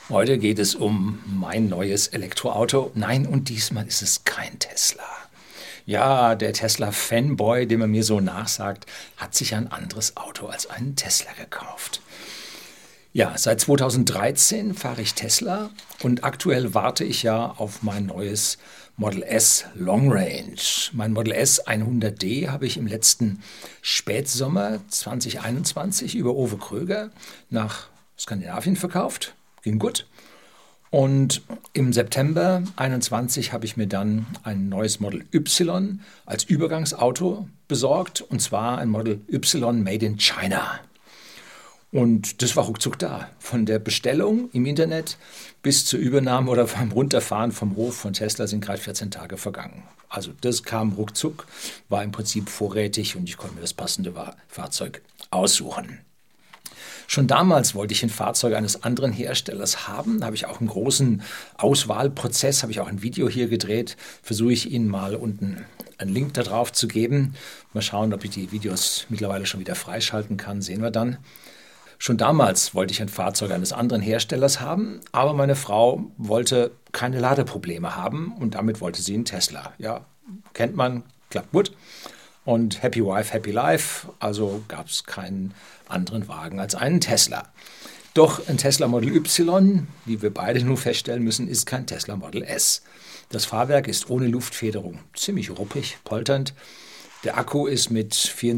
Heute geht es um mein neues Elektroauto. Nein, und diesmal ist es kein Tesla. Ja, der Tesla-Fanboy, den man mir so nachsagt, hat sich ein anderes Auto als einen Tesla gekauft. Ja, seit 2013 fahre ich Tesla und aktuell warte ich ja auf mein neues Model S Long Range. Mein Model S 100D habe ich im letzten Spätsommer 2021 über Owe Kröger nach Skandinavien verkauft. Ging gut. Und im September 21 habe ich mir dann ein neues Model Y als Übergangsauto besorgt, und zwar ein Model Y Made in China. Und das war ruckzuck da. Von der Bestellung im Internet bis zur Übernahme oder beim Runterfahren vom Hof von Tesla sind gerade 14 Tage vergangen. Also das kam ruckzuck, war im Prinzip vorrätig und ich konnte mir das passende Fahrzeug aussuchen. Schon damals wollte ich ein Fahrzeug eines anderen Herstellers haben. Da habe ich auch einen großen Auswahlprozess, habe ich auch ein Video hier gedreht. Versuche ich Ihnen mal unten einen Link da drauf zu geben. Mal schauen, ob ich die Videos mittlerweile schon wieder freischalten kann. Sehen wir dann. Schon damals wollte ich ein Fahrzeug eines anderen Herstellers haben, aber meine Frau wollte keine Ladeprobleme haben und damit wollte sie einen Tesla. Ja, kennt man, klappt gut. Und Happy Wife, Happy Life, also gab es keinen anderen Wagen als einen Tesla. Doch ein Tesla Model Y, wie wir beide nun feststellen müssen, ist kein Tesla Model S. Das Fahrwerk ist ohne Luftfederung ziemlich ruppig, polternd. Der Akku ist mit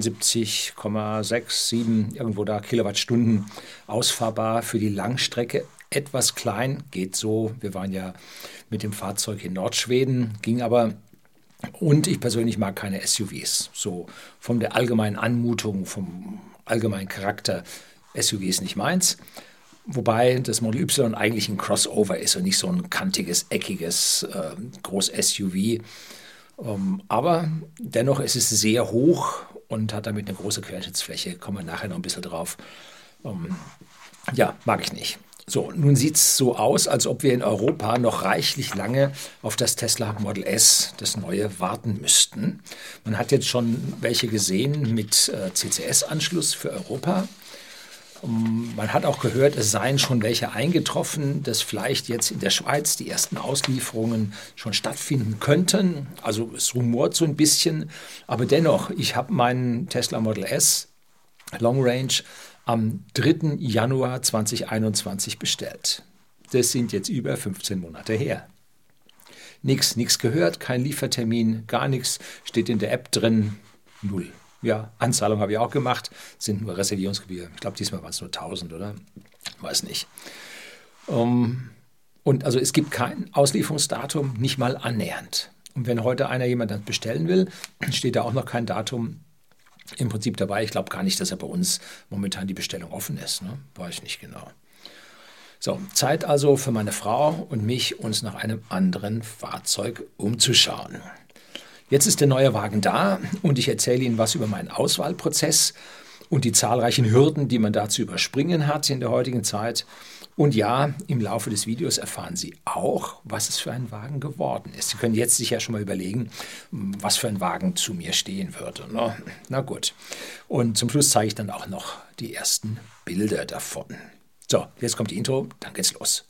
74,67 irgendwo da Kilowattstunden ausfahrbar. Für die Langstrecke etwas klein, geht so. Wir waren ja mit dem Fahrzeug in Nordschweden, ging aber. Und ich persönlich mag keine SUVs. So von der allgemeinen Anmutung, vom allgemeinen Charakter, SUV ist nicht meins. Wobei das Model Y eigentlich ein Crossover ist und nicht so ein kantiges, eckiges Groß-SUV. Aber dennoch ist es sehr hoch und hat damit eine große Querschnittsfläche. Kommen wir nachher noch ein bisschen drauf. Ja, mag ich nicht. So, nun sieht es so aus, als ob wir in Europa noch reichlich lange auf das Tesla Model S, das neue, warten müssten. Man hat jetzt schon welche gesehen mit CCS-Anschluss für Europa. Man hat auch gehört, es seien schon welche eingetroffen, dass vielleicht jetzt in der Schweiz die ersten Auslieferungen schon stattfinden könnten. Also es rumort so ein bisschen. Aber dennoch, ich habe meinen Tesla Model S Long Range am 3. Januar 2021 bestellt. Das sind jetzt über 15 Monate her. Nichts gehört, kein Liefertermin, gar nichts, steht in der App drin, 0. Ja, Anzahlung habe ich auch gemacht, sind nur Reservierungsgebühr. Ich glaube, diesmal waren es nur 1000, oder? Weiß nicht. Und also es gibt kein Auslieferungsdatum, nicht mal annähernd. Und wenn heute jemand dann bestellen will, steht da auch noch kein Datum im Prinzip dabei. Ich glaube gar nicht, dass bei uns momentan die Bestellung offen ist. Ne? Weiß ich nicht genau. So, Zeit also für meine Frau und mich, uns nach einem anderen Fahrzeug umzuschauen. Jetzt ist der neue Wagen da und ich erzähle Ihnen was über meinen Auswahlprozess und die zahlreichen Hürden, die man da zu überspringen hat in der heutigen Zeit. Und ja, im Laufe des Videos erfahren Sie auch, was es für ein Wagen geworden ist. Sie können jetzt sich ja schon mal überlegen, was für ein Wagen zu mir stehen würde. Ne? Na gut. Und zum Schluss zeige ich dann auch noch die ersten Bilder davon. So, jetzt kommt die Intro, dann geht's los.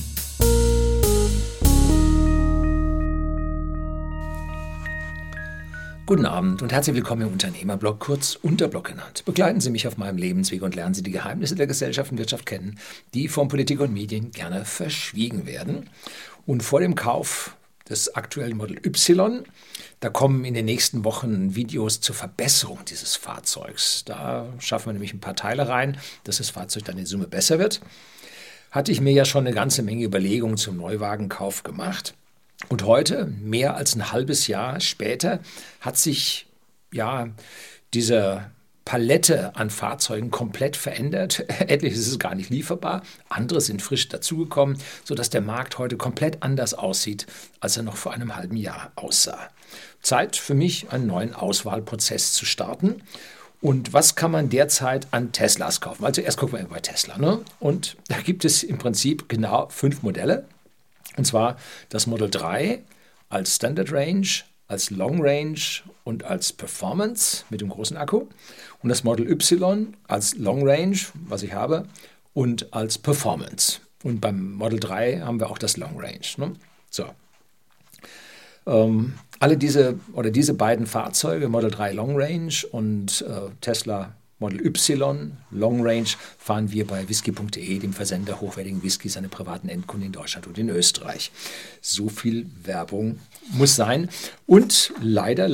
Guten Abend und herzlich willkommen im Unternehmerblog, kurz Unterblog genannt. Begleiten Sie mich auf meinem Lebensweg und lernen Sie die Geheimnisse der Gesellschaft und Wirtschaft kennen, die von Politik und Medien gerne verschwiegen werden. Und vor dem Kauf des aktuellen Model Y, da kommen in den nächsten Wochen Videos zur Verbesserung dieses Fahrzeugs. Da schaffen wir nämlich ein paar Teile rein, dass das Fahrzeug dann in Summe besser wird. Hatte ich mir ja schon eine ganze Menge Überlegungen zum Neuwagenkauf gemacht. Und heute, mehr als ein halbes Jahr später, hat sich ja diese Palette an Fahrzeugen komplett verändert. Etliches ist gar nicht lieferbar, andere sind frisch dazugekommen, sodass der Markt heute komplett anders aussieht, als er noch vor einem halben Jahr aussah. Zeit für mich, einen neuen Auswahlprozess zu starten. Und was kann man derzeit an Teslas kaufen? Also erst gucken wir bei Tesla. Ne? Und da gibt es im Prinzip genau 5 Modelle. Und zwar das Model 3 als Standard Range, als Long Range und als Performance mit dem großen Akku. Und das Model Y als Long Range, was ich habe, und als Performance. Und beim Model 3 haben wir auch das Long Range. Ne? So. Alle diese beiden Fahrzeuge, Model 3 Long Range und Tesla Model Y Long Range, fahren wir bei whisky.de, dem Versender hochwertigen Whiskys an privaten Endkunden in Deutschland und in Österreich. So viel Werbung muss sein. Und leider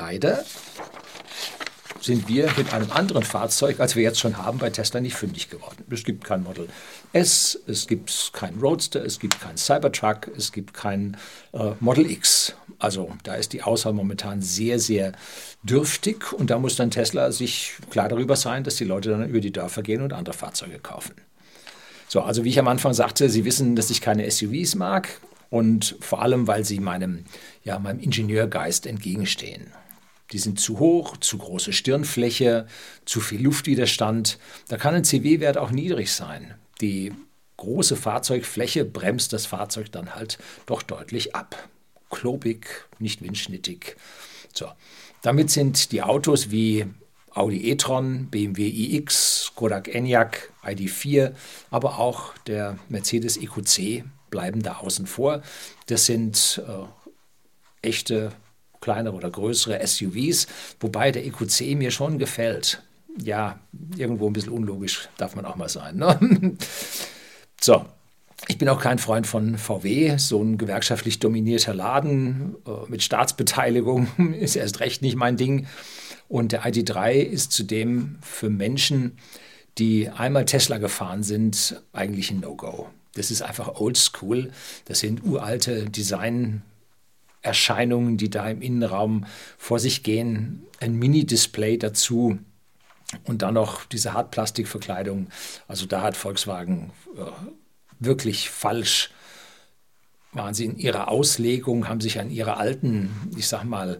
sind wir mit einem anderen Fahrzeug, als wir jetzt schon haben, bei Tesla nicht fündig geworden. Es gibt kein Model S, es gibt keinen Roadster, es gibt keinen Cybertruck, es gibt kein Model X. Also da ist die Auswahl momentan sehr, sehr dürftig und da muss dann Tesla sich klar darüber sein, dass die Leute dann über die Dörfer gehen und andere Fahrzeuge kaufen. So, also wie ich am Anfang sagte, Sie wissen, dass ich keine SUVs mag und vor allem, weil sie meinem Ingenieurgeist entgegenstehen. Die sind zu hoch, zu große Stirnfläche, zu viel Luftwiderstand. Da kann ein CW-Wert auch niedrig sein. Die große Fahrzeugfläche bremst das Fahrzeug dann halt doch deutlich ab. Klobig, nicht windschnittig. So. Damit sind die Autos wie Audi e-tron, BMW iX, Kodak Enyaq, ID.4, aber auch der Mercedes EQC bleiben da außen vor. Das sind echte kleinere oder größere SUVs, wobei der EQC mir schon gefällt. Ja, irgendwo ein bisschen unlogisch darf man auch mal sein. Ne? So, ich bin auch kein Freund von VW, so ein gewerkschaftlich dominierter Laden mit Staatsbeteiligung ist erst recht nicht mein Ding. Und der ID.3 ist zudem für Menschen, die einmal Tesla gefahren sind, eigentlich ein No-Go. Das ist einfach oldschool, das sind uralte Erscheinungen, die da im Innenraum vor sich gehen, ein Mini-Display dazu und dann noch diese Hartplastikverkleidung. Also da hat Volkswagen wirklich falsch, waren sie in ihrer Auslegung, haben sich an ihre alten, ich sag mal,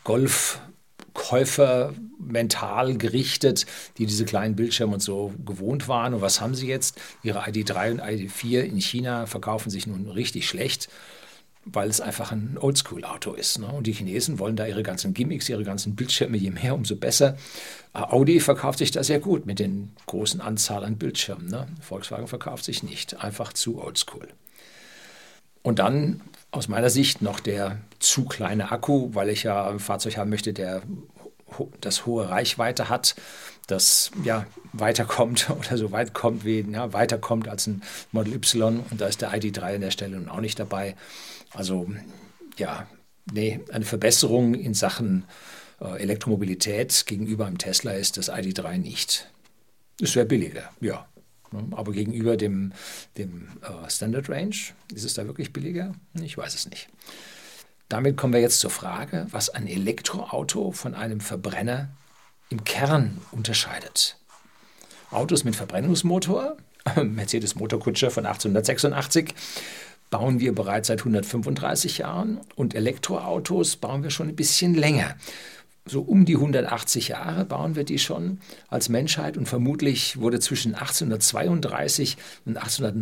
Golfkäufer mental gerichtet, die diese kleinen Bildschirme und so gewohnt waren. Und was haben sie jetzt? Ihre ID.3 und ID.4 in China verkaufen sich nun richtig schlecht, weil es einfach ein Oldschool-Auto ist. Ne? Und die Chinesen wollen da ihre ganzen Gimmicks, ihre ganzen Bildschirme, je mehr, umso besser. Audi verkauft sich da sehr gut mit den großen Anzahl an Bildschirmen. Ne? Volkswagen verkauft sich nicht, einfach zu oldschool. Und dann aus meiner Sicht noch der zu kleine Akku, weil ich ja ein Fahrzeug haben möchte, das hohe Reichweite hat, das ja weiterkommt oder so weit kommt wie weiterkommt als ein Model Y. Und da ist der ID.3 an der Stelle nun auch nicht dabei. Also ja, nee, eine Verbesserung in Sachen Elektromobilität gegenüber einem Tesla ist das ID.3 nicht. Es wäre billiger, ja. Aber gegenüber dem Standard Range, ist es da wirklich billiger? Ich weiß es nicht. Damit kommen wir jetzt zur Frage, was ein Elektroauto von einem Verbrenner im Kern unterscheidet. Autos mit Verbrennungsmotor, Mercedes Motorkutscher von 1886, bauen wir bereits seit 135 Jahren und Elektroautos bauen wir schon ein bisschen länger. So um die 180 Jahre bauen wir die schon als Menschheit und vermutlich wurde zwischen 1832 und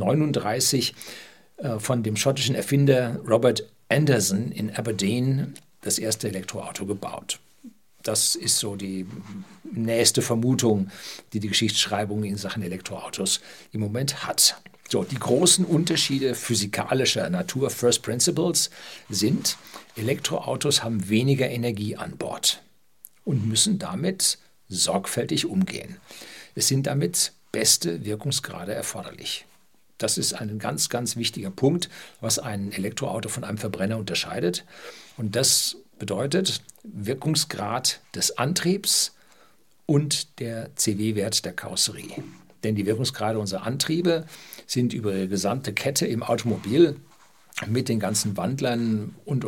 1839 von dem schottischen Erfinder Robert Anderson in Aberdeen das erste Elektroauto gebaut. Das ist so die nächste Vermutung, die Geschichtsschreibung in Sachen Elektroautos im Moment hat. So, die großen Unterschiede physikalischer Natur, First Principles, sind, Elektroautos haben weniger Energie an Bord und müssen damit sorgfältig umgehen. Es sind damit beste Wirkungsgrade erforderlich. Das ist ein ganz, ganz wichtiger Punkt, was ein Elektroauto von einem Verbrenner unterscheidet. Und das bedeutet Wirkungsgrad des Antriebs und der CW-Wert der Karosserie. Denn die Wirkungsgrade unserer Antriebe sind über die gesamte Kette im Automobil mit den ganzen Wandlern und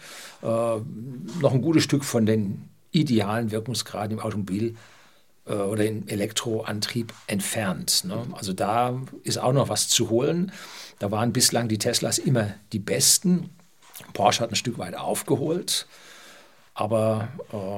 noch ein gutes Stück von den idealen Wirkungsgraden im Automobil oder im Elektroantrieb entfernt. Ne? Also da ist auch noch was zu holen. Da waren bislang die Teslas immer die besten. Porsche hat ein Stück weit aufgeholt, aber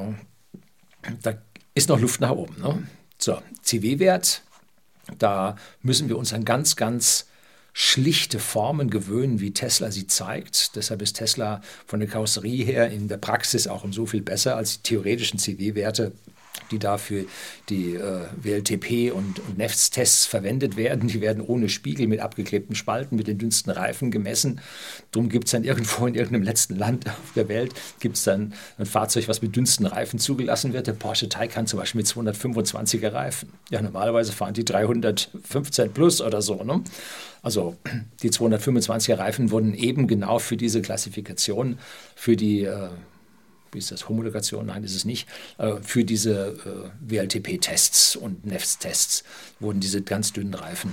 da ist noch Luft nach oben. Ne? So, CW-Wert, da müssen wir uns an ganz, ganz schlichte Formen gewöhnen, wie Tesla sie zeigt. Deshalb ist Tesla von der Karosserie her in der Praxis auch um so viel besser als die theoretischen CW-Werte die da für die WLTP und NEFS-Tests verwendet werden. Die werden ohne Spiegel mit abgeklebten Spalten, mit den dünnsten Reifen gemessen. Darum gibt es dann irgendwo in irgendeinem letzten Land auf der Welt, gibt es dann ein Fahrzeug, was mit dünnsten Reifen zugelassen wird. Der Porsche Taycan zum Beispiel mit 225er Reifen. Ja, normalerweise fahren die 315 plus oder so. Ne? Also die 225er Reifen wurden eben genau für diese Klassifikation, für die wie ist das, Homologation? Nein, ist es nicht. Für diese WLTP-Tests und NEFS-Tests wurden diese ganz dünnen Reifen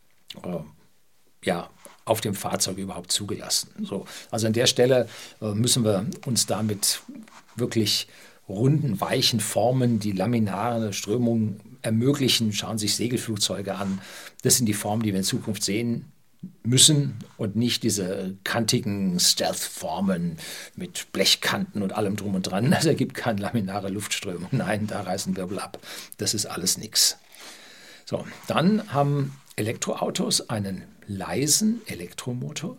auf dem Fahrzeug überhaupt zugelassen. So, also an der Stelle müssen wir uns damit wirklich runden, weichen Formen, die laminare Strömung ermöglichen. Schauen Sie sich Segelflugzeuge an. Das sind die Formen, die wir in Zukunft sehen müssen und nicht diese kantigen Stealth-Formen mit Blechkanten und allem drum und dran. Das ergibt keine laminare Luftströmung. Nein, da reißen Wirbel ab. Das ist alles nichts. So, dann haben Elektroautos einen leisen Elektromotor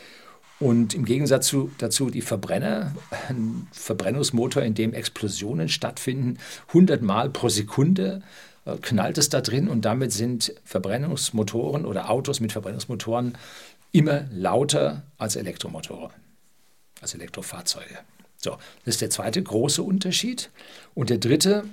und im Gegensatz dazu die Verbrenner, ein Verbrennungsmotor, in dem Explosionen stattfinden, 100 Mal pro Sekunde knallt es da drin und damit sind Verbrennungsmotoren oder Autos mit Verbrennungsmotoren immer lauter als Elektromotoren, als Elektrofahrzeuge. So, das ist der zweite große Unterschied. Und der dritte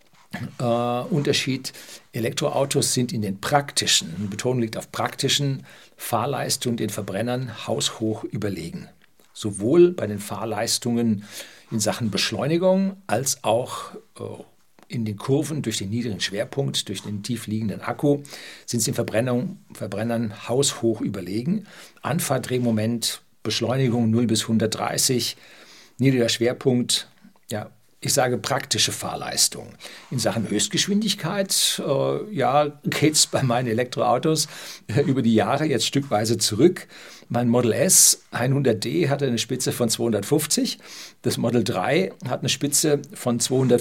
Unterschied, Elektroautos sind in den praktischen, Betonung liegt auf praktischen Fahrleistungen den Verbrennern haushoch überlegen. Sowohl bei den Fahrleistungen in Sachen Beschleunigung als auch in den Kurven durch den niedrigen Schwerpunkt, durch den tief liegenden Akku, sind sie den Verbrennern haushoch überlegen. Anfahrtdrehmoment, Beschleunigung 0 bis 130, niedriger Schwerpunkt, ja, ich sage praktische Fahrleistung. In Sachen Höchstgeschwindigkeit, geht es bei meinen Elektroautos über die Jahre jetzt stückweise zurück. Mein Model S 100D hatte eine Spitze von 250, das Model 3 hat eine Spitze von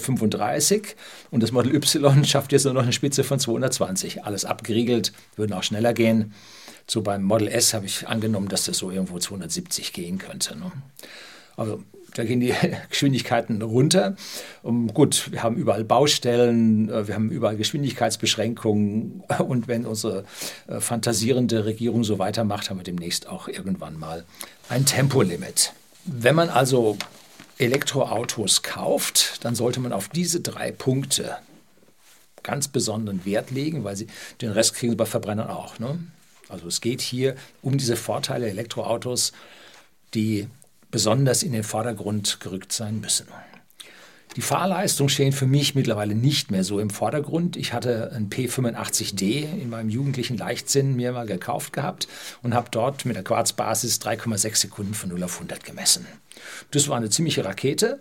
235 und das Model Y schafft jetzt nur noch eine Spitze von 220. Alles abgeriegelt, würden auch schneller gehen. So beim Model S habe ich angenommen, dass das so irgendwo 270 gehen könnte. Ne? Also da gehen die Geschwindigkeiten runter. Gut, wir haben überall Baustellen, wir haben überall Geschwindigkeitsbeschränkungen und wenn unsere fantasierende Regierung so weitermacht, haben wir demnächst auch irgendwann mal ein Tempolimit. Wenn man also Elektroautos kauft, dann sollte man auf diese 3 Punkte ganz besonderen Wert legen, weil den Rest kriegen Sie bei Verbrennern auch. Ne? Also es geht hier um diese Vorteile Elektroautos, die besonders in den Vordergrund gerückt sein müssen. Die Fahrleistung stehen für mich mittlerweile nicht mehr so im Vordergrund. Ich hatte ein P85D in meinem jugendlichen Leichtsinn mir mal gekauft gehabt und habe dort mit der Quarzbasis 3,6 Sekunden von 0 auf 100 gemessen. Das war eine ziemliche Rakete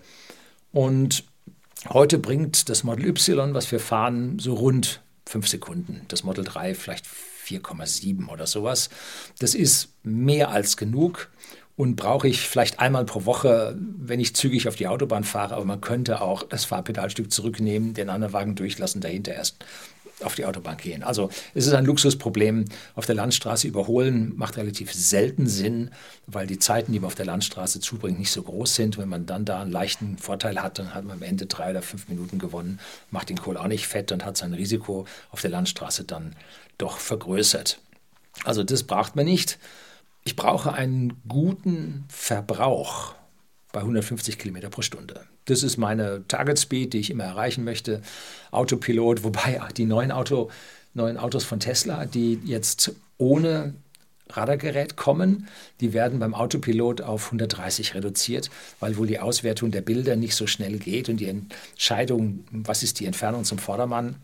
und heute bringt das Model Y, was wir fahren, so rund 5 Sekunden. Das Model 3 vielleicht 4,7 oder sowas. Das ist mehr als genug. Und brauche ich vielleicht einmal pro Woche, wenn ich zügig auf die Autobahn fahre. Aber man könnte auch das Fahrpedalstück zurücknehmen, den anderen Wagen durchlassen, dahinter erst auf die Autobahn gehen. Also es ist ein Luxusproblem. Auf der Landstraße überholen macht relativ selten Sinn, weil die Zeiten, die man auf der Landstraße zubringt, nicht so groß sind. Wenn man dann da einen leichten Vorteil hat, dann hat man am Ende 3 oder 5 Minuten gewonnen, macht den Kohl auch nicht fett und hat sein Risiko auf der Landstraße dann doch vergrößert. Also das braucht man nicht. Ich brauche einen guten Verbrauch bei 150 Kilometer pro Stunde. Das ist meine Target Speed, die ich immer erreichen möchte. Autopilot, wobei die neuen Autos von Tesla, die jetzt ohne Radargerät kommen, die werden beim Autopilot auf 130 reduziert, weil wohl die Auswertung der Bilder nicht so schnell geht und die Entscheidung, was ist die Entfernung zum Vordermann,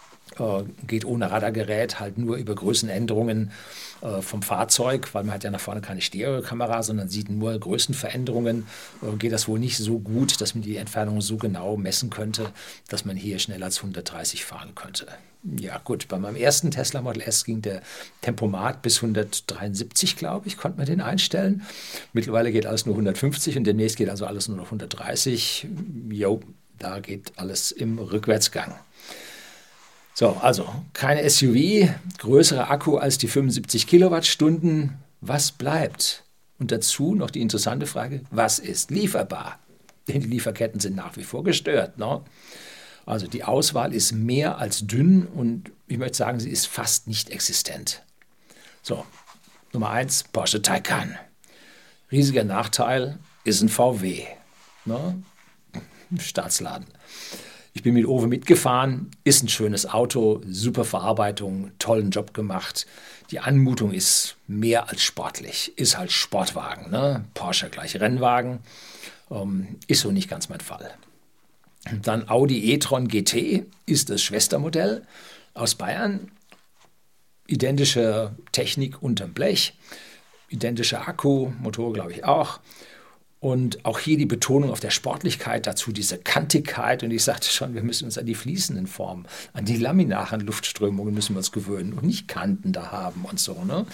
geht ohne Radargerät, halt nur über Größenänderungen vom Fahrzeug, weil man hat ja nach vorne keine Stereokamera, sondern sieht nur Größenveränderungen, geht das wohl nicht so gut, dass man die Entfernung so genau messen könnte, dass man hier schneller als 130 fahren könnte. Ja gut, bei meinem ersten Tesla Model S ging der Tempomat bis 173, glaube ich, konnte man den einstellen. Mittlerweile geht alles nur 150 und demnächst geht also alles nur noch 130. Jo, da geht alles im Rückwärtsgang. So, also keine SUV, größerer Akku als die 75 Kilowattstunden. Was bleibt? Und dazu noch die interessante Frage, was ist lieferbar? Denn die Lieferketten sind nach wie vor gestört. Ne? Also die Auswahl ist mehr als dünn und ich möchte sagen, sie ist fast nicht existent. So, Nummer 1, Porsche Taycan. Riesiger Nachteil ist ein VW. Ne? Staatsladen. Ich bin mit Owe mitgefahren, ist ein schönes Auto, super Verarbeitung, tollen Job gemacht. Die Anmutung ist mehr als sportlich, ist halt Sportwagen. Ne? Porsche gleich Rennwagen, ist so nicht ganz mein Fall. Dann Audi e-tron GT ist das Schwestermodell aus Bayern. Identische Technik unterm Blech, identischer Akku, Motor glaube ich auch. Und auch hier die Betonung auf der Sportlichkeit, dazu diese Kantigkeit. Und ich sagte schon, wir müssen uns an die fließenden Formen, an die laminaren Luftströmungen müssen wir uns gewöhnen und nicht Kanten da haben und so. Ne?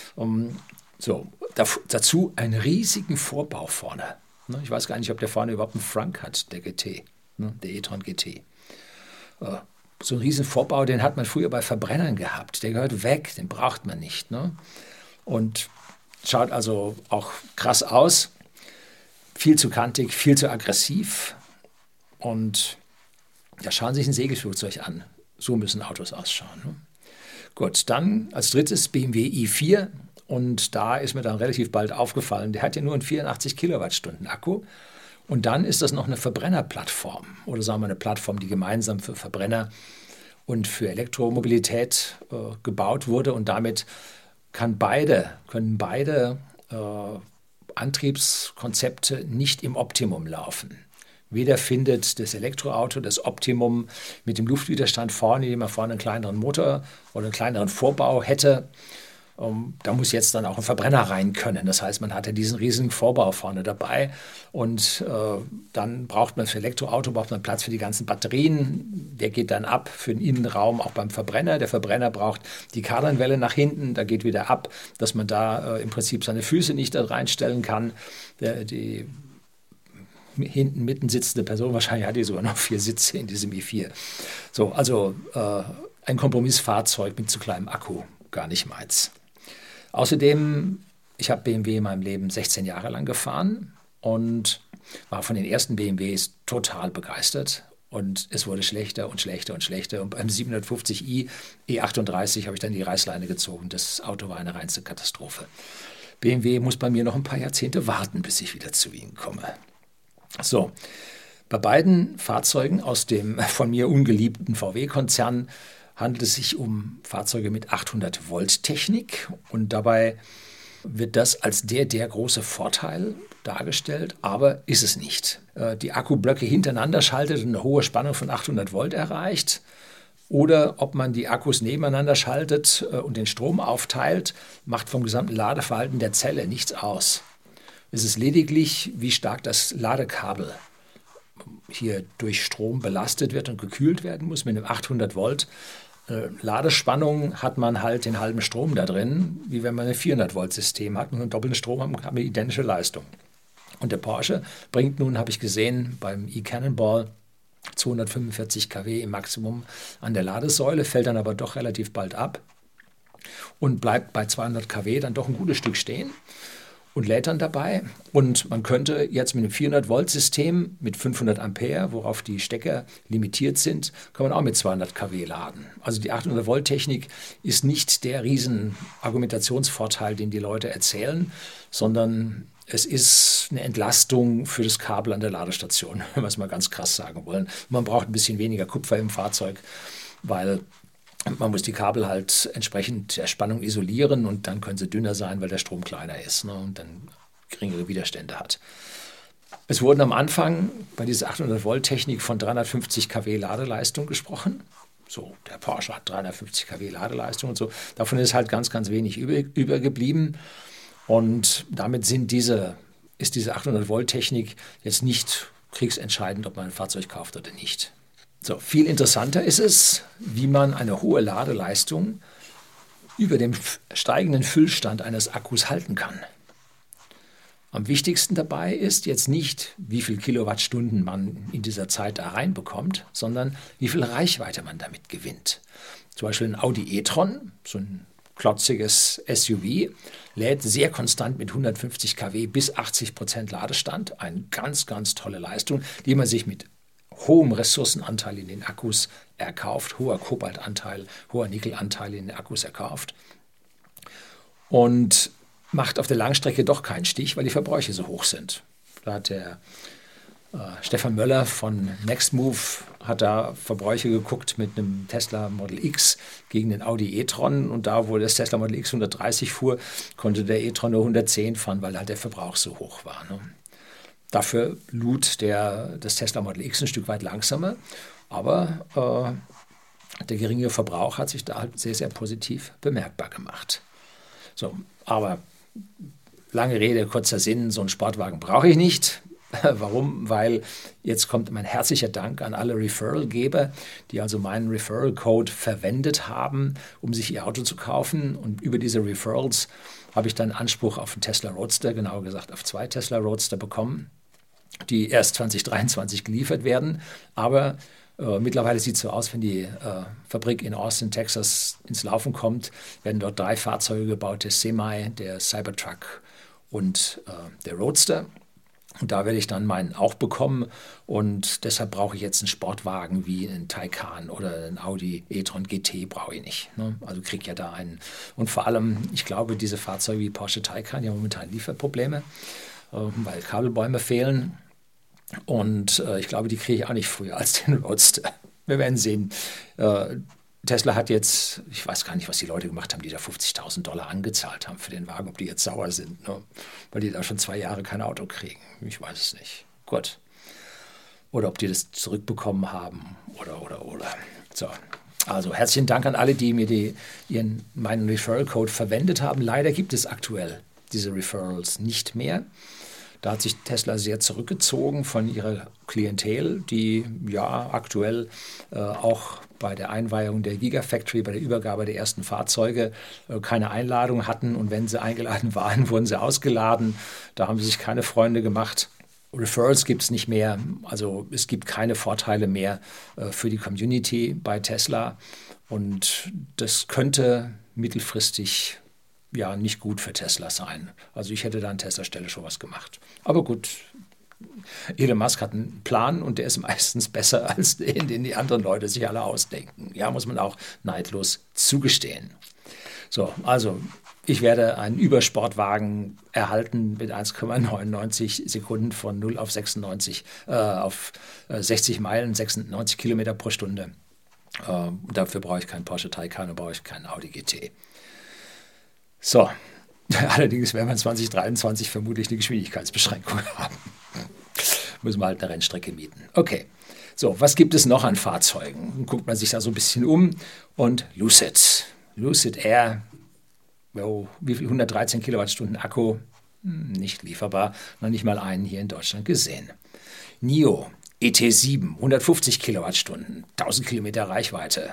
Dazu einen riesigen Vorbau vorne. Ne? Ich weiß gar nicht, ob der vorne überhaupt einen Frank hat, der GT, ne? Der e-tron GT. So einen riesen Vorbau, den hat man früher bei Verbrennern gehabt. Der gehört weg, den braucht man nicht. Ne? Und schaut also auch krass aus. Viel zu kantig, viel zu aggressiv. Und ja, schauen Sie sich ein Segelflugzeug an. So müssen Autos ausschauen. Ne? Gut, dann als drittes BMW i4. Und da ist mir dann relativ bald aufgefallen, der hat ja nur einen 84 Kilowattstunden Akku. Und dann ist das noch eine Verbrennerplattform. Oder sagen wir eine Plattform, die gemeinsam für Verbrenner und für Elektromobilität gebaut wurde. Und damit können beide Antriebskonzepte nicht im Optimum laufen. Weder findet das Elektroauto das Optimum mit dem Luftwiderstand vorne, indem man vorne einen kleineren Motor oder einen kleineren Vorbau hätte. Da muss jetzt dann auch ein Verbrenner rein können. Das heißt, man hat ja diesen riesigen Vorbau vorne dabei und dann braucht man für Elektroauto Platz für die ganzen Batterien. Der geht dann ab für den Innenraum, auch beim Verbrenner. Der Verbrenner braucht die Kardanwelle nach hinten, da geht wieder ab, dass man da im Prinzip seine Füße nicht da reinstellen kann. Die hinten mitten sitzende Person, wahrscheinlich hat die sogar noch 4 Sitze in diesem i4. So, also ein Kompromissfahrzeug mit zu kleinem Akku, gar nicht meins. Außerdem, ich habe BMW in meinem Leben 16 Jahre lang gefahren und war von den ersten BMWs total begeistert. Und es wurde schlechter und schlechter und schlechter. Und beim 750i E38 habe ich dann die Reißleine gezogen. Das Auto war eine reinste Katastrophe. BMW muss bei mir noch ein paar Jahrzehnte warten, bis ich wieder zu Ihnen komme. So, bei beiden Fahrzeugen aus dem von mir ungeliebten VW-Konzern handelt es sich um Fahrzeuge mit 800 Volt Technik und dabei wird das als der große Vorteil dargestellt, aber ist es nicht. Die Akkublöcke hintereinander schaltet und eine hohe Spannung von 800 Volt erreicht oder ob man die Akkus nebeneinander schaltet und den Strom aufteilt, macht vom gesamten Ladeverhalten der Zelle nichts aus. Es ist lediglich, wie stark das Ladekabel hier durch Strom belastet wird und gekühlt werden muss. Mit einem 800 Volt Ladespannung hat man halt den halben Strom da drin, wie wenn man ein 400 Volt System hat und einen doppelten Strom haben, hat man identische Leistung. Und der Porsche bringt nun, habe ich gesehen, beim e-Cannonball 245 kW im Maximum an der Ladesäule, fällt dann aber doch relativ bald ab und bleibt bei 200 kW dann doch ein gutes Stück stehen. Und lädt dann dabei. Und man könnte jetzt mit einem 400-Volt-System mit 500 Ampere, worauf die Stecker limitiert sind, kann man auch mit 200 kW laden. Also die 800-Volt-Technik ist nicht der riesen Argumentationsvorteil, den die Leute erzählen, sondern es ist eine Entlastung für das Kabel an der Ladestation, wenn wir es mal ganz krass sagen wollen. Man braucht ein bisschen weniger Kupfer im Fahrzeug, weil man muss die Kabel halt entsprechend der Spannung isolieren und dann können sie dünner sein, weil der Strom kleiner ist, ne, und dann geringere Widerstände hat. Es wurden am Anfang bei dieser 800-Volt-Technik von 350 kW Ladeleistung gesprochen. So, der Porsche hat 350 kW Ladeleistung und so. Davon ist halt ganz, ganz wenig übergeblieben. Und damit ist diese 800-Volt-Technik jetzt nicht kriegsentscheidend, ob man ein Fahrzeug kauft oder nicht. So, viel interessanter ist es, wie man eine hohe Ladeleistung über dem steigenden Füllstand eines Akkus halten kann. Am wichtigsten dabei ist jetzt nicht, wie viel Kilowattstunden man in dieser Zeit da reinbekommt, sondern wie viel Reichweite man damit gewinnt. Zum Beispiel ein Audi e-tron, so ein klotziges SUV, lädt sehr konstant mit 150 kW bis 80% Ladestand. Eine ganz, ganz tolle Leistung, die man sich mit hohem Ressourcenanteil in den Akkus erkauft, hoher Kobaltanteil, hoher Nickelanteil in den Akkus erkauft und macht auf der Langstrecke doch keinen Stich, weil die Verbräuche so hoch sind. Da hat der Stefan Möller von Nextmove hat da Verbräuche geguckt mit einem Tesla Model X gegen den Audi e-tron und da, wo das Tesla Model X 130 fuhr, konnte der e-tron nur 110 fahren, weil halt der Verbrauch so hoch war. Ne? Dafür lud das Tesla Model X ein Stück weit langsamer, aber der geringe Verbrauch hat sich da halt sehr, sehr positiv bemerkbar gemacht. So, aber lange Rede, kurzer Sinn, so einen Sportwagen brauche ich nicht. Warum? Weil jetzt kommt mein herzlicher Dank an alle Referral-Geber, die also meinen Referral-Code verwendet haben, um sich ihr Auto zu kaufen. Und über diese Referrals habe ich dann Anspruch auf einen Tesla Roadster, genauer gesagt auf 2 Tesla Roadster bekommen, die erst 2023 geliefert werden. Aber mittlerweile sieht es so aus, wenn die Fabrik in Austin, Texas ins Laufen kommt, werden dort 3 Fahrzeuge gebaut, der Semi, der Cybertruck und der Roadster. Und da werde ich dann meinen auch bekommen und deshalb brauche ich jetzt einen Sportwagen wie einen Taycan oder einen Audi e-tron GT brauche ich nicht. Ne? Also kriege ja da einen. Und vor allem, ich glaube, diese Fahrzeuge wie Porsche Taycan, die haben momentan Lieferprobleme, weil Kabelbäume fehlen. Und ich glaube, die kriege ich auch nicht früher als den Roadster. Wir werden sehen. Tesla hat jetzt, ich weiß gar nicht, was die Leute gemacht haben, die da $50.000 angezahlt haben für den Wagen, ob die jetzt sauer sind, ne? Weil die da schon 2 Jahre kein Auto kriegen. Ich weiß es nicht. Gut. Oder ob die das zurückbekommen haben oder. So. Also herzlichen Dank an alle, die mir meinen Referral-Code verwendet haben. Leider gibt es aktuell diese Referrals nicht mehr. Da hat sich Tesla sehr zurückgezogen von ihrer Klientel, die ja aktuell auch bei der Einweihung der Gigafactory, bei der Übergabe der ersten Fahrzeuge keine Einladung hatten. Und wenn sie eingeladen waren, wurden sie ausgeladen. Da haben sie sich keine Freunde gemacht. Referrals gibt es nicht mehr. Also es gibt keine Vorteile mehr für die Community bei Tesla. Und das könnte mittelfristig ja nicht gut für Tesla sein. Also ich hätte da an Tesla-Stelle schon was gemacht. Aber gut, Elon Musk hat einen Plan und der ist meistens besser als den die anderen Leute sich alle ausdenken. Ja, muss man auch neidlos zugestehen. So, also ich werde einen Übersportwagen erhalten mit 1,99 Sekunden von 0 auf 96, auf 60 Meilen, 96 Kilometer pro Stunde. Dafür brauche ich keinen Porsche Taycan und brauche ich keinen Audi GT. So, allerdings werden wir 2023 vermutlich eine Geschwindigkeitsbeschränkung haben. Müssen wir halt eine Rennstrecke mieten. Okay, so, was gibt es noch an Fahrzeugen? Dann guckt man sich da so ein bisschen um und Lucid Air, wie viel? 113 Kilowattstunden Akku, nicht lieferbar, noch nicht mal einen hier in Deutschland gesehen. NIO ET7, 150 Kilowattstunden, 1000 Kilometer Reichweite.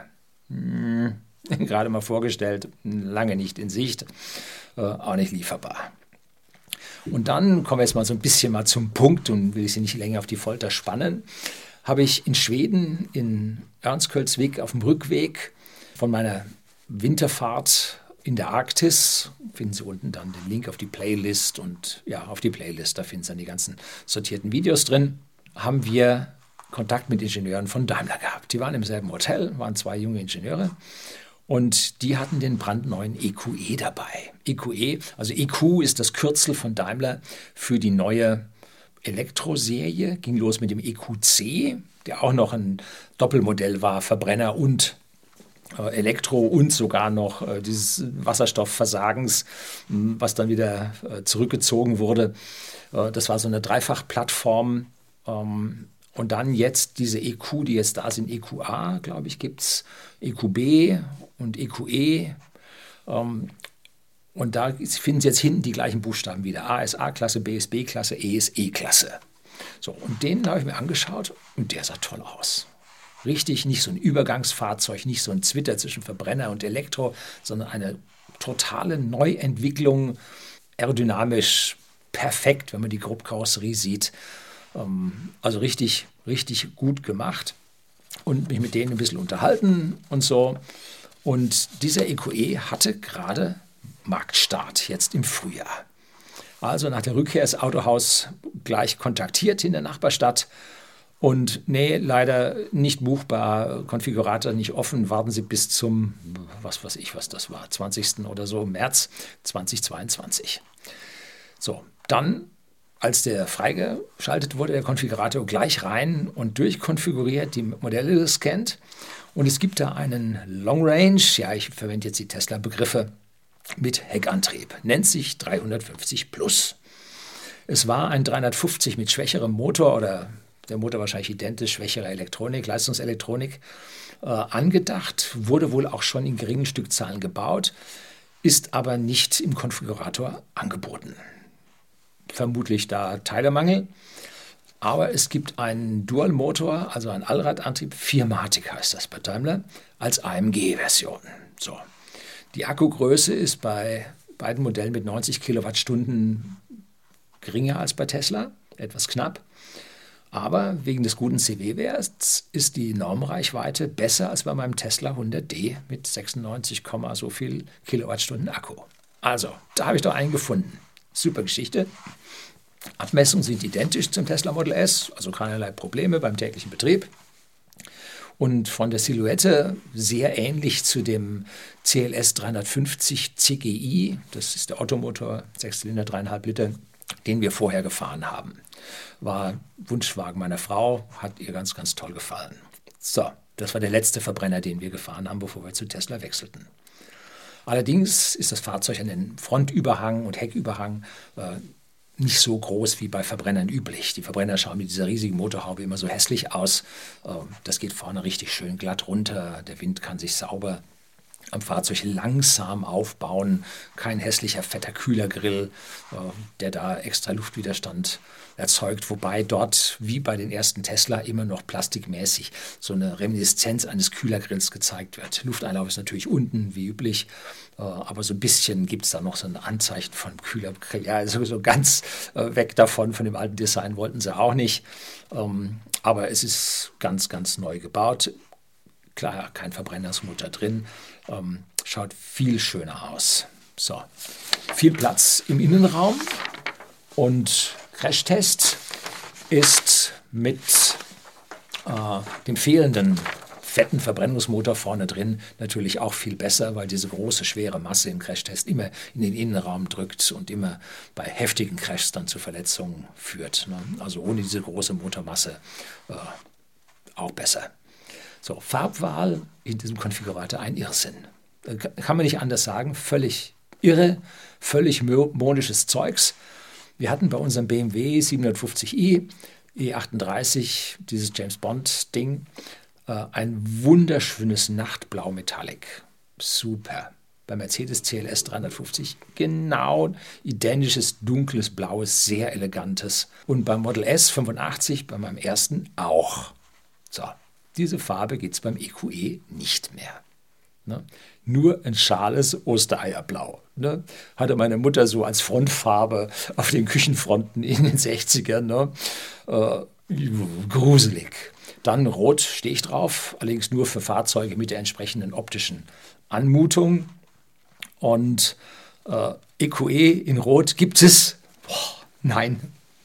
Gerade mal vorgestellt, lange nicht in Sicht, auch nicht lieferbar. Und dann kommen wir jetzt mal so ein bisschen mal zum Punkt und will ich Sie nicht länger auf die Folter spannen. Habe ich in Schweden, in Örnsköldsvik auf dem Rückweg von meiner Winterfahrt in der Arktis, finden Sie unten dann den Link auf die Playlist und ja, auf die Playlist, da finden Sie dann die ganzen sortierten Videos drin, haben wir Kontakt mit Ingenieuren von Daimler gehabt. Die waren im selben Hotel, waren 2 junge Ingenieure. Und die hatten den brandneuen EQE dabei. EQE, also EQ ist das Kürzel von Daimler für die neue Elektroserie. Ging los mit dem EQC, der auch noch ein Doppelmodell war, Verbrenner und Elektro und sogar noch dieses Wasserstoffversagens, was dann wieder zurückgezogen wurde. Das war so eine Dreifachplattform. Und dann jetzt diese EQ, die jetzt da sind, EQA, glaube ich, gibt es, EQB und EQE. Und da finden Sie jetzt hinten die gleichen Buchstaben wieder. A ist A-Klasse, B ist B-Klasse, E ist E-Klasse. So, und den habe ich mir angeschaut und der sah toll aus. Richtig, nicht so ein Übergangsfahrzeug, nicht so ein Zwitter zwischen Verbrenner und Elektro, sondern eine totale Neuentwicklung, aerodynamisch perfekt, wenn man die Grobkarosserie sieht. Also richtig, richtig gut gemacht und mich mit denen ein bisschen unterhalten und so. Und dieser EQE hatte gerade Marktstart, jetzt im Frühjahr. Also nach der Rückkehr das Autohaus gleich kontaktiert in der Nachbarstadt Und nee, leider nicht buchbar, Konfigurator nicht offen. Warten Sie bis zum, was weiß ich, was das war, 20. oder so, März 2022. So, dann, als der freigeschaltet wurde, der Konfigurator gleich rein und durchkonfiguriert, die Modelle gescannt. Und es gibt da einen Long Range, ja, ich verwende jetzt die Tesla-Begriffe, mit Heckantrieb, nennt sich 350 Plus. Es war ein 350 mit schwächerem Motor oder der Motor wahrscheinlich identisch, schwächere Elektronik, Leistungselektronik angedacht, wurde wohl auch schon in geringen Stückzahlen gebaut, ist aber nicht im Konfigurator angeboten. Vermutlich da Teilemangel. Aber es gibt einen Dual-Motor, also einen Allradantrieb, 4matic heißt das bei Daimler, als AMG-Version. So. Die Akkugröße ist bei beiden Modellen mit 90 Kilowattstunden geringer als bei Tesla, etwas knapp. Aber wegen des guten CW-Werts ist die Normreichweite besser als bei meinem Tesla 100D mit 96, so viel Kilowattstunden Akku. Also, da habe ich doch einen gefunden. Super Geschichte. Abmessungen sind identisch zum Tesla Model S, also keinerlei Probleme beim täglichen Betrieb. Und von der Silhouette sehr ähnlich zu dem CLS 350 CGI, das ist der Ottomotor, 6-Zylinder, 3,5 Liter, den wir vorher gefahren haben. War Wunschwagen meiner Frau, hat ihr ganz, ganz toll gefallen. So, das war der letzte Verbrenner, den wir gefahren haben, bevor wir zu Tesla wechselten. Allerdings ist das Fahrzeug an den Frontüberhang und Hecküberhang nicht so groß wie bei Verbrennern üblich. Die Verbrenner schauen mit dieser riesigen Motorhaube immer so hässlich aus. Das geht vorne richtig schön glatt runter. Der Wind kann sich sauber am Fahrzeug langsam aufbauen. Kein hässlicher, fetter Kühlergrill, der da extra Luftwiderstand erzeugt. Wobei dort, wie bei den ersten Tesla, immer noch plastikmäßig so eine Reminiszenz eines Kühlergrills gezeigt wird. Lufteinlauf ist natürlich unten, wie üblich. Aber so ein bisschen gibt es da noch so ein Anzeichen von Kühlergrill. Ja, so ganz weg davon, von dem alten Design wollten sie auch nicht. Aber es ist ganz, ganz neu gebaut. Klar, kein Verbrennersmotor drin. Schaut viel schöner aus. So, viel Platz im Innenraum. Und Crashtest ist mit dem fehlenden fetten Verbrennungsmotor vorne drin natürlich auch viel besser, weil diese große, schwere Masse im Crashtest immer in den Innenraum drückt und immer bei heftigen Crashs dann zu Verletzungen führt. Ne? Also ohne diese große Motormasse auch besser. So, Farbwahl in diesem Konfigurator ein Irrsinn. Kann man nicht anders sagen, völlig irre, völlig modisches Zeugs. Wir hatten bei unserem BMW 750i E38, dieses James Bond-Ding, ein wunderschönes Nachtblau Metallic. Super. Bei Mercedes CLS 350 genau identisches dunkles Blaues, sehr elegantes. Und beim Model S 85, bei meinem ersten auch. So, diese Farbe gibt es beim EQE nicht mehr. Ne? Nur ein schales Ostereierblau. Ne? Hatte meine Mutter so als Frontfarbe auf den Küchenfronten in den 60ern. Ne? Gruselig. Dann Rot stehe ich drauf, allerdings nur für Fahrzeuge mit der entsprechenden optischen Anmutung. Und EQE in Rot gibt es? Boah, nein,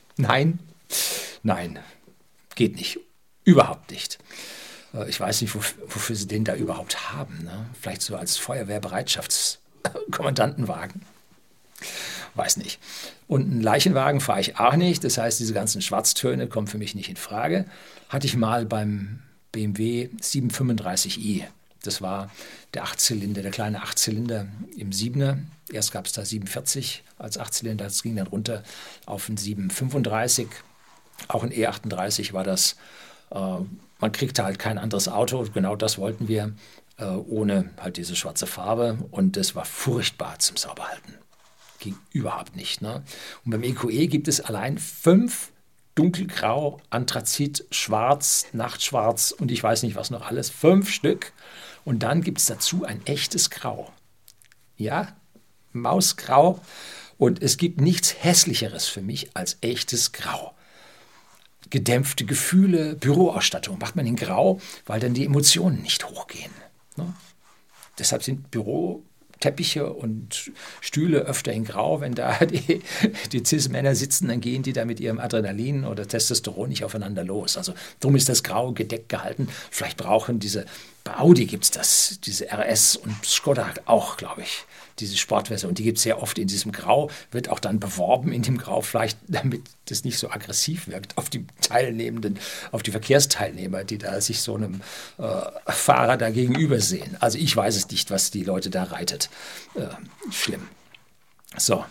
geht nicht. Überhaupt nicht. Ich weiß nicht, wofür sie den da überhaupt haben. Ne? Vielleicht so als Feuerwehrbereitschaftskommandantenwagen. Weiß nicht. Und einen Leichenwagen fahre ich auch nicht. Das heißt, diese ganzen Schwarztöne kommen für mich nicht in Frage. Hatte ich mal beim BMW 735i. Das war der Achtzylinder, der kleine Achtzylinder im 7er. Erst gab es da 47 als Achtzylinder. Das ging dann runter auf einen 735. Auch ein E38 war das. Man kriegte halt kein anderes Auto. Genau das wollten wir, ohne halt diese schwarze Farbe. Und das war furchtbar zum Sauberhalten. Ging überhaupt nicht. Ne? Und beim EQE gibt es allein 5 dunkelgrau, Anthrazit, schwarz, Nachtschwarz und ich weiß nicht was noch alles. 5 Stück. Und dann gibt es dazu ein echtes Grau. Ja, Mausgrau. Und es gibt nichts Hässlicheres für mich als echtes Grau. Gedämpfte Gefühle, Büroausstattung macht man in Grau, weil dann die Emotionen nicht hochgehen. Ne? Deshalb sind Büro Teppiche und Stühle öfter in Grau. Wenn da die Cis-Männer sitzen, dann gehen die da mit ihrem Adrenalin oder Testosteron nicht aufeinander los. Also darum ist das Grau gedeckt gehalten. Vielleicht brauchen bei Audi gibt es das, diese RS und Skoda auch, glaube ich, diese Sportversion. Die gibt es sehr oft in diesem Grau, wird auch dann beworben in dem Grau, vielleicht damit das nicht so aggressiv wirkt auf die Teilnehmenden, auf die Verkehrsteilnehmer, die da sich so einem Fahrer da gegenüber sehen. Also ich weiß es nicht, was die Leute da reitet. Schlimm. So.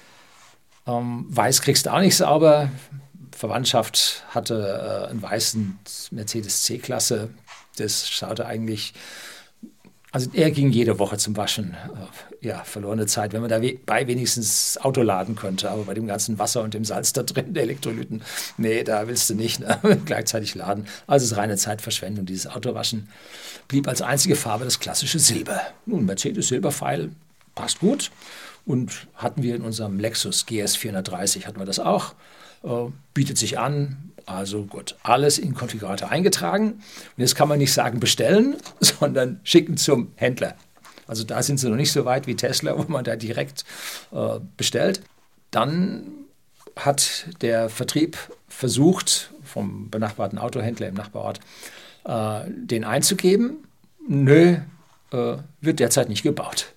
Weiß kriegst du auch nicht sauber. Verwandtschaft hatte einen weißen Mercedes C-Klasse. Das schaute eigentlich, also er ging jede Woche zum Waschen. Ja, verlorene Zeit, wenn man dabei wenigstens Auto laden könnte. Aber bei dem ganzen Wasser und dem Salz da drin, der Elektrolyten, nee, da willst du nicht gleichzeitig laden. Also es ist reine Zeitverschwendung, dieses Autowaschen. Blieb als einzige Farbe das klassische Silber. Nun, Mercedes Silberpfeil passt gut. Und hatten wir in unserem Lexus GS 430, hatten wir das auch. Bietet sich an, also gut, alles in Konfigurator eingetragen. Und jetzt kann man nicht sagen bestellen, sondern schicken zum Händler. Also da sind sie noch nicht so weit wie Tesla, wo man da direkt bestellt. Dann hat der Vertrieb versucht, vom benachbarten Autohändler im Nachbarort, den einzugeben. Nö, wird derzeit nicht gebaut.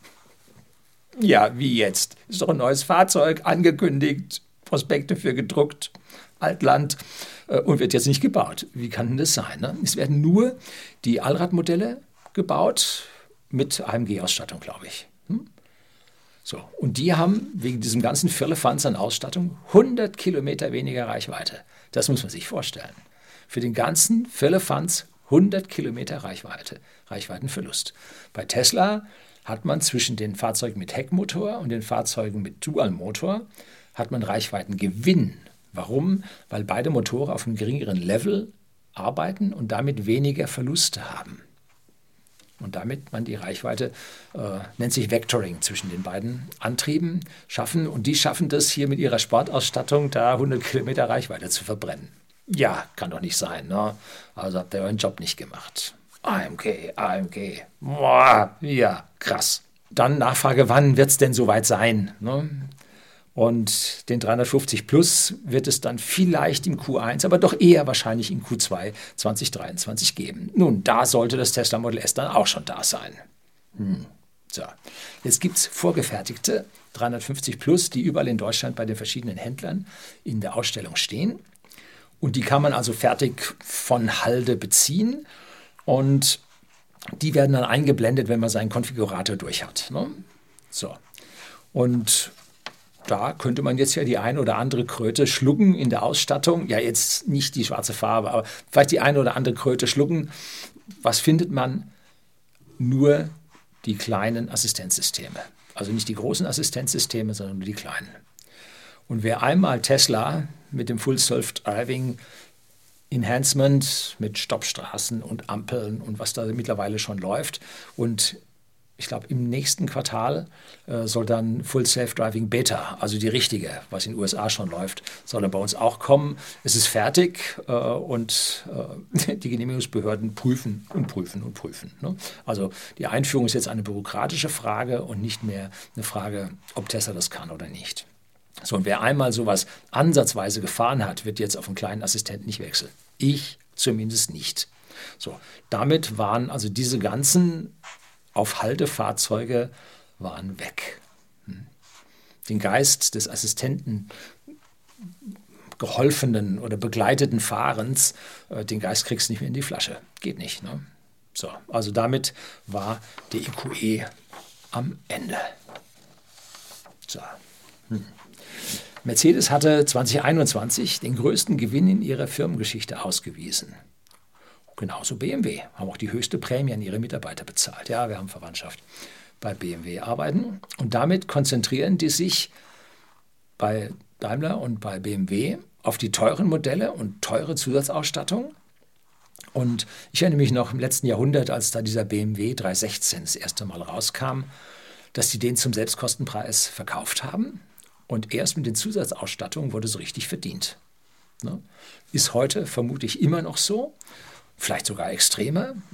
Ja, wie jetzt? Ist doch ein neues Fahrzeug angekündigt, Prospekte für gedruckt, Altland und wird jetzt nicht gebaut. Wie kann denn das sein? Ne? Es werden nur die Allradmodelle gebaut mit AMG-Ausstattung, glaube ich. So, und die haben wegen diesem ganzen Firlefanz an Ausstattung 100 Kilometer weniger Reichweite. Das muss man sich vorstellen. Für den ganzen Firlefanz 100 Kilometer Reichweitenverlust. Bei Tesla hat man zwischen den Fahrzeugen mit Heckmotor und den Fahrzeugen mit Dualmotor hat man Reichweitengewinn. Warum? Weil beide Motoren auf einem geringeren Level arbeiten und damit weniger Verluste haben. Und damit man die Reichweite, nennt sich Vectoring, zwischen den beiden Antrieben schaffen. Und die schaffen das hier mit ihrer Sportausstattung, da 100 Kilometer Reichweite zu verbrennen. Ja, kann doch nicht sein. Ne? Also habt ihr euren Job nicht gemacht. AMG. Boah, ja, krass. Dann Nachfrage, wann wird es denn soweit sein? Ne? Und den 350 Plus wird es dann vielleicht im Q1, aber doch eher wahrscheinlich im Q2 2023 geben. Nun, da sollte das Tesla Model S dann auch schon da sein. So, jetzt gibt es vorgefertigte 350 Plus, die überall in Deutschland bei den verschiedenen Händlern in der Ausstellung stehen. Und die kann man also fertig von Halde beziehen. Und die werden dann eingeblendet, wenn man seinen Konfigurator durch hat. Ne? So. Und da könnte man jetzt ja die eine oder andere Kröte schlucken in der Ausstattung. Ja, jetzt nicht die schwarze Farbe, aber vielleicht die eine oder andere Kröte schlucken. Was findet man? Nur die kleinen Assistenzsysteme. Also nicht die großen Assistenzsysteme, sondern nur die kleinen. Und wer einmal Tesla mit dem Full Self-Driving Enhancement mit Stoppstraßen und Ampeln und was da mittlerweile schon läuft. Und ich glaube, im nächsten Quartal soll dann Full Self-Driving Beta, also die richtige, was in den USA schon läuft, soll dann bei uns auch kommen. Es ist fertig und die Genehmigungsbehörden prüfen. Ne? Also die Einführung ist jetzt eine bürokratische Frage und nicht mehr eine Frage, ob Tesla das kann oder nicht. So, und wer einmal sowas ansatzweise gefahren hat, wird jetzt auf einen kleinen Assistenten nicht wechseln. Ich zumindest nicht. So, damit waren also diese ganzen auf Haltefahrzeuge waren weg. Den Geist des Assistenten geholfenen oder begleiteten Fahrens, den Geist kriegst du nicht mehr in die Flasche. Geht nicht. Ne? So, also damit war der EQE am Ende. So. Mercedes hatte 2021 den größten Gewinn in ihrer Firmengeschichte ausgewiesen. Genauso BMW, haben auch die höchste Prämie an ihre Mitarbeiter bezahlt. Ja, wir haben Verwandtschaft bei BMW arbeiten. Und damit konzentrieren die sich bei Daimler und bei BMW auf die teuren Modelle und teure Zusatzausstattung. Und ich erinnere mich noch im letzten Jahrhundert, als da dieser BMW 316 das erste Mal rauskam, dass die den zum Selbstkostenpreis verkauft haben. Und erst mit den Zusatzausstattungen wurde so richtig verdient. Ne? Ist heute vermutlich immer noch so, vielleicht sogar extremer.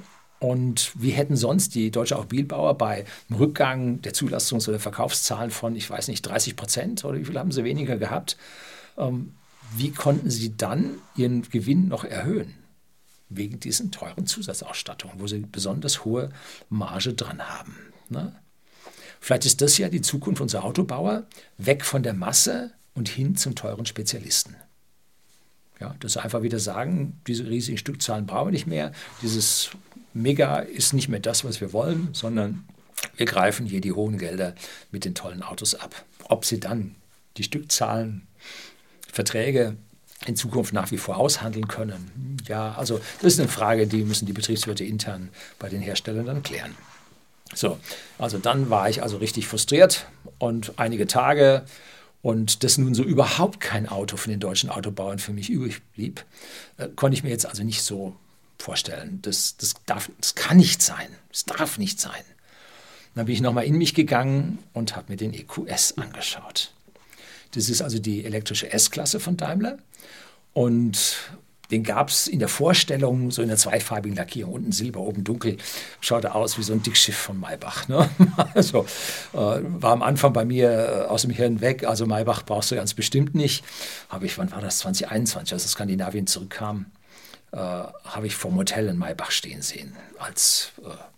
Und wie hätten sonst die deutsche Automobilbauer bei einem Rückgang der Zulastungs- oder Verkaufszahlen von, ich weiß nicht, 30% oder wie viel haben sie weniger gehabt, wie konnten sie dann ihren Gewinn noch erhöhen? Wegen diesen teuren Zusatzausstattungen, wo sie besonders hohe Marge dran haben. Ne? Vielleicht ist das ja die Zukunft unserer Autobauer, weg von der Masse und hin zum teuren Spezialisten. Ja, dass sie einfach wieder sagen, diese riesigen Stückzahlen brauchen wir nicht mehr, dieses Mega ist nicht mehr das, was wir wollen, sondern wir greifen hier die hohen Gelder mit den tollen Autos ab. Ob sie dann die Stückzahlen, Verträge in Zukunft nach wie vor aushandeln können, ja, also das ist eine Frage, die müssen die Betriebswirte intern bei den Herstellern dann klären. So, also dann war ich also richtig frustriert und einige Tage und dass nun so überhaupt kein Auto von den deutschen Autobauern für mich übrig blieb, konnte ich mir jetzt also nicht so vorstellen. Das kann nicht sein. Das darf nicht sein. Dann bin ich nochmal in mich gegangen und habe mir den EQS angeschaut. Das ist also die elektrische S-Klasse von Daimler und den gab es in der Vorstellung so in einer zweifarbigen Lackierung, unten silber, oben dunkel, schaute aus wie so ein Dickschiff von Maybach. Ne? Also war am Anfang bei mir aus dem Hirn weg, also Maybach brauchst du ganz bestimmt nicht. Wann war das, 2021, als Skandinavien zurückkam, habe ich vor Hotel in Maybach stehen sehen, als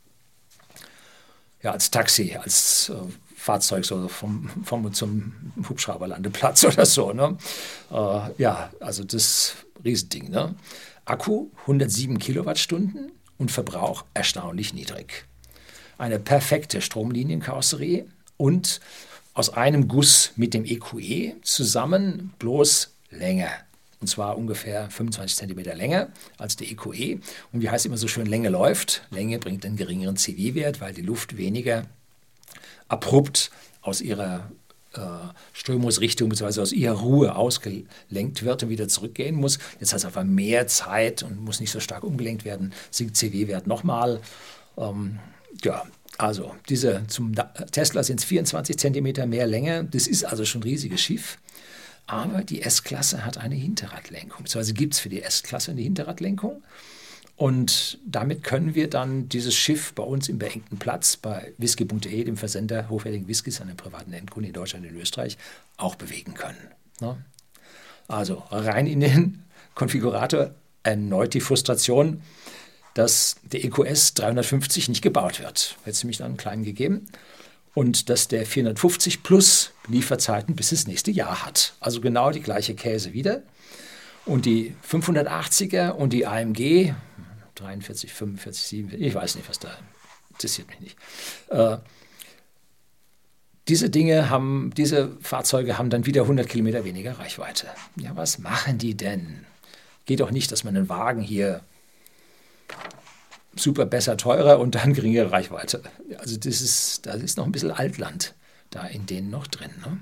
Taxi, als Fahrzeug so zum Hubschrauberlandeplatz oder so. Ne? Also das Riesending. Ne? Akku 107 Kilowattstunden und Verbrauch erstaunlich niedrig. Eine perfekte Stromlinienkarosserie und aus einem Guss mit dem EQE zusammen bloß länger. Und zwar ungefähr 25 cm länger als der EQE. Und wie heißt immer so schön, Länge läuft. Länge bringt einen geringeren CW-Wert, weil die Luft weniger abrupt aus ihrer Strömungsrichtung bzw. aus ihrer Ruhe ausgelenkt wird und wieder zurückgehen muss. Jetzt hat es einfach mehr Zeit und muss nicht so stark umgelenkt werden, sinkt CW-Wert nochmal. Also zum Tesla sind es 24 cm mehr Länge. Das ist also schon ein riesiges Schiff. Aber die S-Klasse hat eine Hinterradlenkung. Beziehungsweise gibt es für die S-Klasse eine Hinterradlenkung. Und damit können wir dann dieses Schiff bei uns im beengten Platz bei whisky.de, dem Versender hochwertigen Whiskys an den privaten Endkunden in Deutschland und in Österreich, auch bewegen können. Ne? Also rein in den Konfigurator, erneut die Frustration, dass der EQS 350 nicht gebaut wird. Hätte es nämlich dann einen kleinen gegeben. Und dass der 450 plus Lieferzeiten bis ins nächste Jahr hat. Also genau die gleiche Käse wieder. Und die 580er und die AMG 43, 45, 47, ich weiß nicht, was da, interessiert mich nicht. Diese Fahrzeuge haben dann wieder 100 Kilometer weniger Reichweite. Ja, was machen die denn? Geht doch nicht, dass man einen Wagen hier super, besser, teurer und dann geringere Reichweite. Also da ist noch ein bisschen Altland da in denen noch drin. Ne?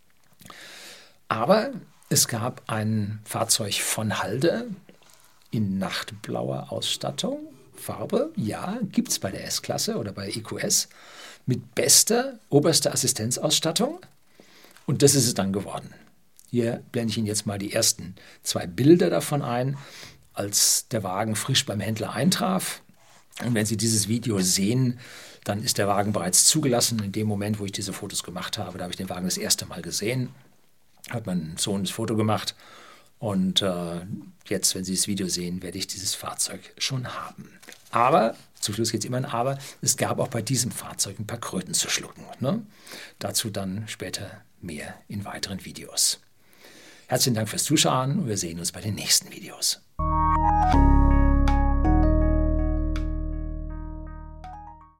Aber es gab ein Fahrzeug von Halde in nachtblauer Ausstattung, Farbe, ja, gibt es bei der S-Klasse oder bei EQS, mit oberster Assistenzausstattung. Und das ist es dann geworden. Hier blende ich Ihnen jetzt mal die ersten 2 Bilder davon ein, als der Wagen frisch beim Händler eintraf. Und wenn Sie dieses Video sehen, dann ist der Wagen bereits zugelassen. In dem Moment, wo ich diese Fotos gemacht habe, da habe ich den Wagen das erste Mal gesehen. Hat mein Sohn das Foto gemacht. Und jetzt, wenn Sie das Video sehen, werde ich dieses Fahrzeug schon haben. Aber, zum Schluss geht es immer ein Aber, es gab auch bei diesem Fahrzeug ein paar Kröten zu schlucken. Ne? Dazu dann später mehr in weiteren Videos. Herzlichen Dank fürs Zuschauen und wir sehen uns bei den nächsten Videos.